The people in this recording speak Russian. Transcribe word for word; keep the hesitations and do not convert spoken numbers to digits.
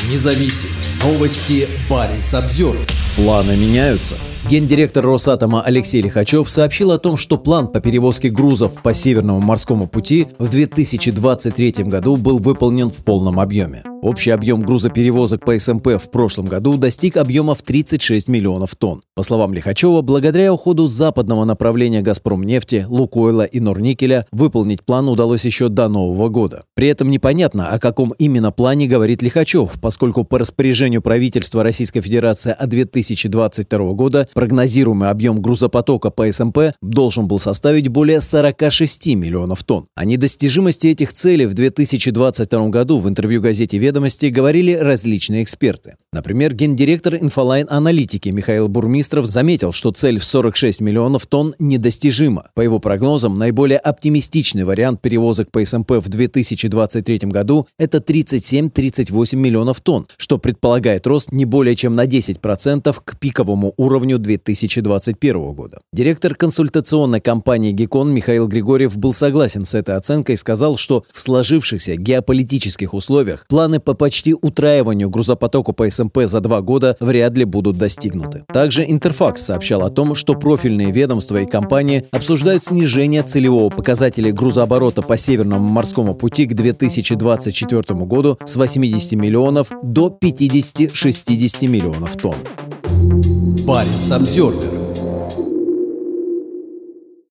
независим. Новости Баренц-Обзервер. Планы меняются. Гендиректор Росатома Алексей Лихачев сообщил о том, что план по перевозке грузов по Северному морскому пути в две тысячи двадцать третьем году был выполнен в полном объеме. Общий объем грузоперевозок по эс эм пэ в прошлом году достиг объема в тридцать шесть миллионов тонн. По словам Лихачева, благодаря уходу западного направления «Газпромнефти», «Лукойла» и «Норникеля» выполнить план удалось еще до Нового года. При этом непонятно, о каком именно плане говорит Лихачев, поскольку по распоряжению правительства Российской Федерации от две тысячи двадцать второго года прогнозируемый объем грузопотока по эс эм пэ должен был составить более сорок шесть миллионов тонн. О недостижимости этих целей в две тысячи двадцать втором году в интервью газете «Ведомости» говорили различные эксперты. Например, гендиректор инфолайн-аналитики Михаил Бурмистров заметил, что цель в сорок шесть миллионов тонн недостижима. По его прогнозам, наиболее оптимистичный вариант перевозок по эс эм пэ в две тысячи двадцать третьем году – это тридцать семь - тридцать восемь миллионов тонн, что предполагает рост не более чем на десять процентов к пиковому уровню две тысячи двадцать первого года. Директор консультационной компании «Гекон» Михаил Григорьев был согласен с этой оценкой и сказал, что в сложившихся геополитических условиях планы по почти утраиванию грузопотока по эс эм пэ за два года вряд ли будут достигнуты. Также Интерфакс сообщал о том, что профильные ведомства и компании обсуждают снижение целевого показателя грузооборота по Северному морскому пути к две тысячи двадцать четвёртому году с восьмидесяти миллионов до пятидесяти-шестидесяти миллионов тонн. Баренц-Обзервер.